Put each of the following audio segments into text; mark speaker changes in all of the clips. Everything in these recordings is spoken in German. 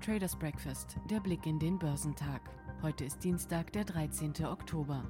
Speaker 1: Traders Breakfast, der Blick in den Börsentag. Heute ist Dienstag, der 13. Oktober.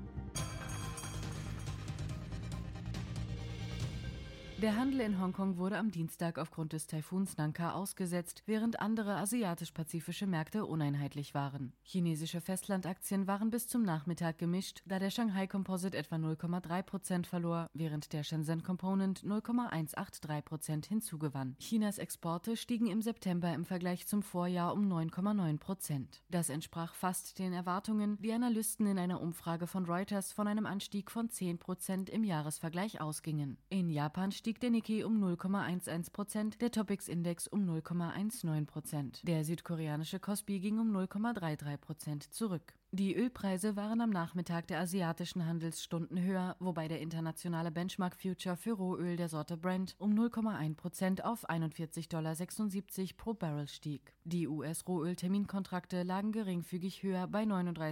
Speaker 1: Der Handel in Hongkong wurde am Dienstag aufgrund des Taifuns Nanka ausgesetzt, während andere asiatisch-pazifische Märkte uneinheitlich waren. Chinesische Festlandaktien waren bis zum Nachmittag gemischt, da der Shanghai Composite etwa 0,3% verlor, während der Shenzhen Component 0,183% hinzugewann. Chinas Exporte stiegen im September im Vergleich zum Vorjahr um 9,9%. Das entsprach fast den Erwartungen, die Analysten in einer Umfrage von Reuters von einem Anstieg von 10% im Jahresvergleich ausgingen. In Japan stieg der Nikkei um 0,11%, der Topix-Index um 0,19%. Der südkoreanische Kospi ging um 0,33% zurück. Die Ölpreise waren am Nachmittag der asiatischen Handelsstunden höher, wobei der internationale Benchmark-Future für Rohöl der Sorte Brent um 0,1% auf $41,76 pro Barrel stieg. Die US-Rohöl-Terminkontrakte lagen geringfügig höher bei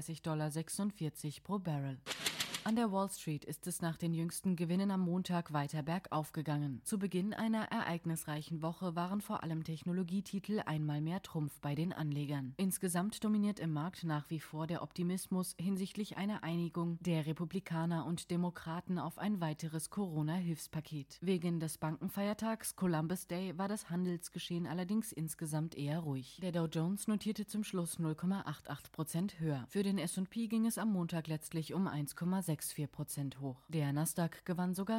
Speaker 1: $39,46 pro Barrel. An der Wall Street ist es nach den jüngsten Gewinnen am Montag weiter bergauf gegangen. Zu Beginn einer ereignisreichen Woche waren vor allem Technologietitel einmal mehr Trumpf bei den Anlegern. Insgesamt dominiert im Markt nach wie vor der Optimismus hinsichtlich einer Einigung der Republikaner und Demokraten auf ein weiteres Corona-Hilfspaket. Wegen des Bankenfeiertags Columbus Day war das Handelsgeschehen allerdings insgesamt eher ruhig. Der Dow Jones notierte zum Schluss 0,88% höher. Für den S&P ging es am Montag letztlich um 1,64% hoch. Der Nasdaq gewann sogar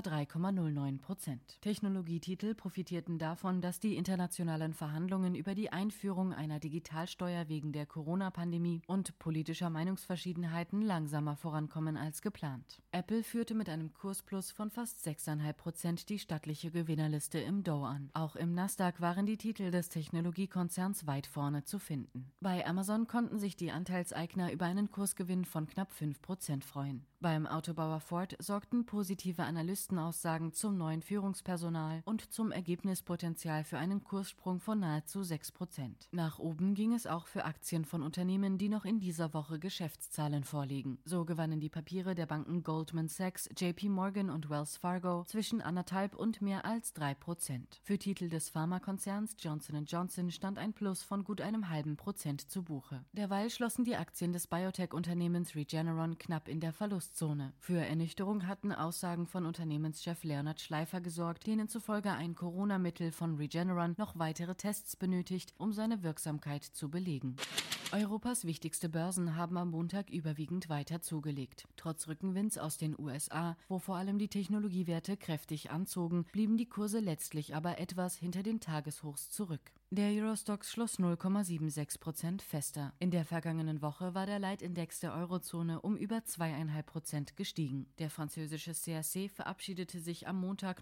Speaker 1: 3,09%. Technologietitel profitierten davon, dass die internationalen Verhandlungen über die Einführung einer Digitalsteuer wegen der Corona-Pandemie und politischer Meinungsverschiedenheiten langsamer vorankommen als geplant. Apple führte mit einem Kursplus von fast 6,5% die stattliche Gewinnerliste im Dow an. Auch im Nasdaq waren die Titel des Technologiekonzerns weit vorne zu finden. Bei Amazon konnten sich die Anteilseigner über einen Kursgewinn von knapp 5% freuen. Beim Autobauer Ford sorgten positive Analystenaussagen zum neuen Führungspersonal und zum Ergebnispotenzial für einen Kurssprung von nahezu 6%. Nach oben ging es auch für Aktien von Unternehmen, die noch in dieser Woche Geschäftszahlen vorlegen. So gewannen die Papiere der Banken Goldman Sachs, JP Morgan und Wells Fargo zwischen 1,5 und mehr als 3%. Für Titel des Pharmakonzerns Johnson & Johnson stand ein Plus von gut einem halben Prozent zu Buche. Derweil schlossen die Aktien des Biotech-Unternehmens Regeneron knapp in der Verlustzone. Für Ernüchterung hatten Aussagen von Unternehmenschef Leonhard Schleifer gesorgt, denen zufolge ein Corona-Mittel von Regeneron noch weitere Tests benötigt, um seine Wirksamkeit zu belegen. Europas wichtigste Börsen haben am Montag überwiegend weiter zugelegt. Trotz Rückenwinds aus den USA, wo vor allem die Technologiewerte kräftig anzogen, blieben die Kurse letztlich aber etwas hinter den Tageshochs zurück. Der Eurostoxx schloss 0,76% fester. In der vergangenen Woche war der Leitindex der Eurozone um über 2,5% gestiegen. Der französische CAC verabschiedete sich am Montag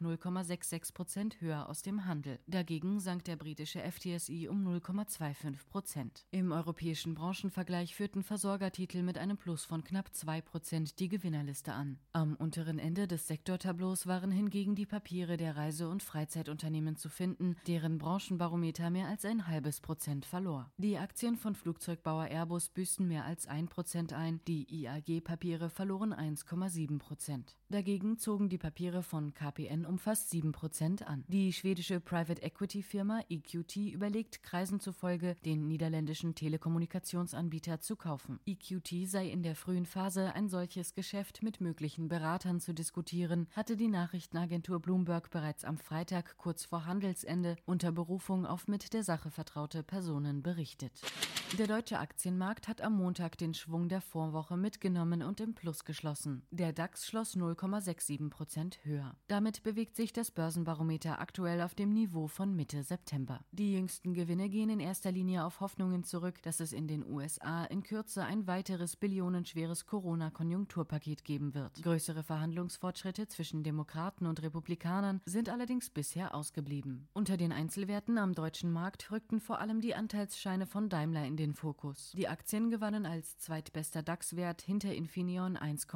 Speaker 1: 0,66% höher aus dem Handel. Dagegen sank der britische FTSE um 0,25%. Im europäischen Branchenvergleich führten Versorgertitel mit einem Plus von knapp 2% die Gewinnerliste an. Am unteren Ende des Sektortableaus waren hingegen die Papiere der Reise- und Freizeitunternehmen zu finden, deren Branchenbarometer mehr als 0,5% verlor. Die Aktien von Flugzeugbauer Airbus büßten mehr als 1% ein, die IAG-Papiere verloren 1,7%. Dagegen zogen die Papiere von KPN um fast 7% an. Die schwedische Private Equity Firma EQT überlegt Kreisen zufolge, den niederländischen Telekommunikationsanbieter zu kaufen. EQT sei in der frühen Phase, ein solches Geschäft mit möglichen Beratern zu diskutieren, hatte die Nachrichtenagentur Bloomberg bereits am Freitag kurz vor Handelsende unter Berufung auf mit der Sache vertraute Personen berichtet. Der deutsche Aktienmarkt hat am Montag den Schwung der Vorwoche mitgenommen und im Plus geschlossen. Der DAX schloss 0,67% höher. Damit bewegt sich das Börsenbarometer aktuell auf dem Niveau von Mitte September. Die jüngsten Gewinne gehen in erster Linie auf Hoffnungen zurück, dass es in den USA in Kürze ein weiteres billionenschweres Corona-Konjunkturpaket geben wird. Größere Verhandlungsfortschritte zwischen Demokraten und Republikanern sind allerdings bisher ausgeblieben. Unter den Einzelwerten am deutschen Markt rückten vor allem die Anteilsscheine von Daimler in den Fokus. Die Aktien gewannen als zweitbester DAX-Wert hinter Infineon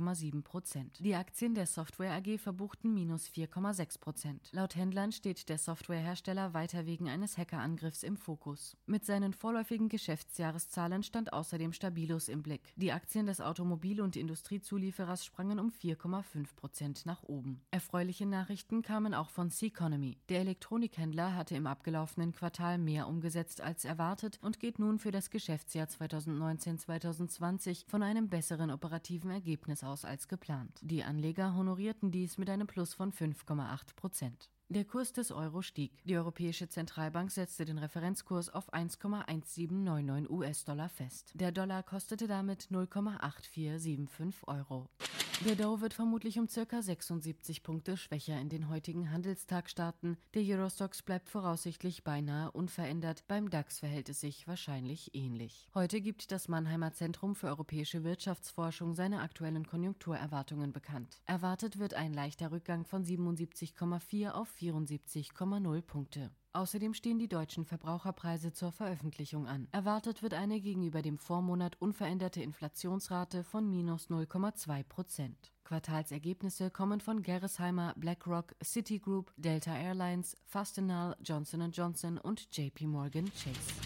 Speaker 1: 1,7%. Die Aktien der Software AG verbuchten minus 4,6%. Laut Händlern steht der Softwarehersteller weiter wegen eines Hackerangriffs im Fokus. Mit seinen vorläufigen Geschäftsjahreszahlen stand außerdem Stabilus im Blick. Die Aktien des Automobil- und Industriezulieferers sprangen um 4,5% nach oben. Erfreuliche Nachrichten kamen auch von Ceconomy. Der Elektronikhändler hatte im abgelaufenen Quartal Quartal mehr umgesetzt als erwartet und geht nun für das Geschäftsjahr 2019/2020 von einem besseren operativen Ergebnis aus als geplant. Die Anleger honorierten dies mit einem Plus von 5,8%. Der Kurs des Euro stieg. Die Europäische Zentralbank setzte den Referenzkurs auf 1,1799 US-Dollar fest. Der Dollar kostete damit 0,8475 Euro. Der Dow wird vermutlich um ca. 76 Punkte schwächer in den heutigen Handelstag starten. Der Eurostoxx bleibt voraussichtlich beinahe unverändert. Beim DAX verhält es sich wahrscheinlich ähnlich. Heute gibt das Mannheimer Zentrum für europäische Wirtschaftsforschung seine aktuellen Konjunkturerwartungen bekannt. Erwartet wird ein leichter Rückgang von 77,4 auf 74,0 Punkte. Außerdem stehen die deutschen Verbraucherpreise zur Veröffentlichung an. Erwartet wird eine gegenüber dem Vormonat unveränderte Inflationsrate von minus 0,2%. Quartalsergebnisse kommen von Gerresheimer, BlackRock, Citigroup, Delta Airlines, Fastenal, Johnson & Johnson und JP Morgan Chase.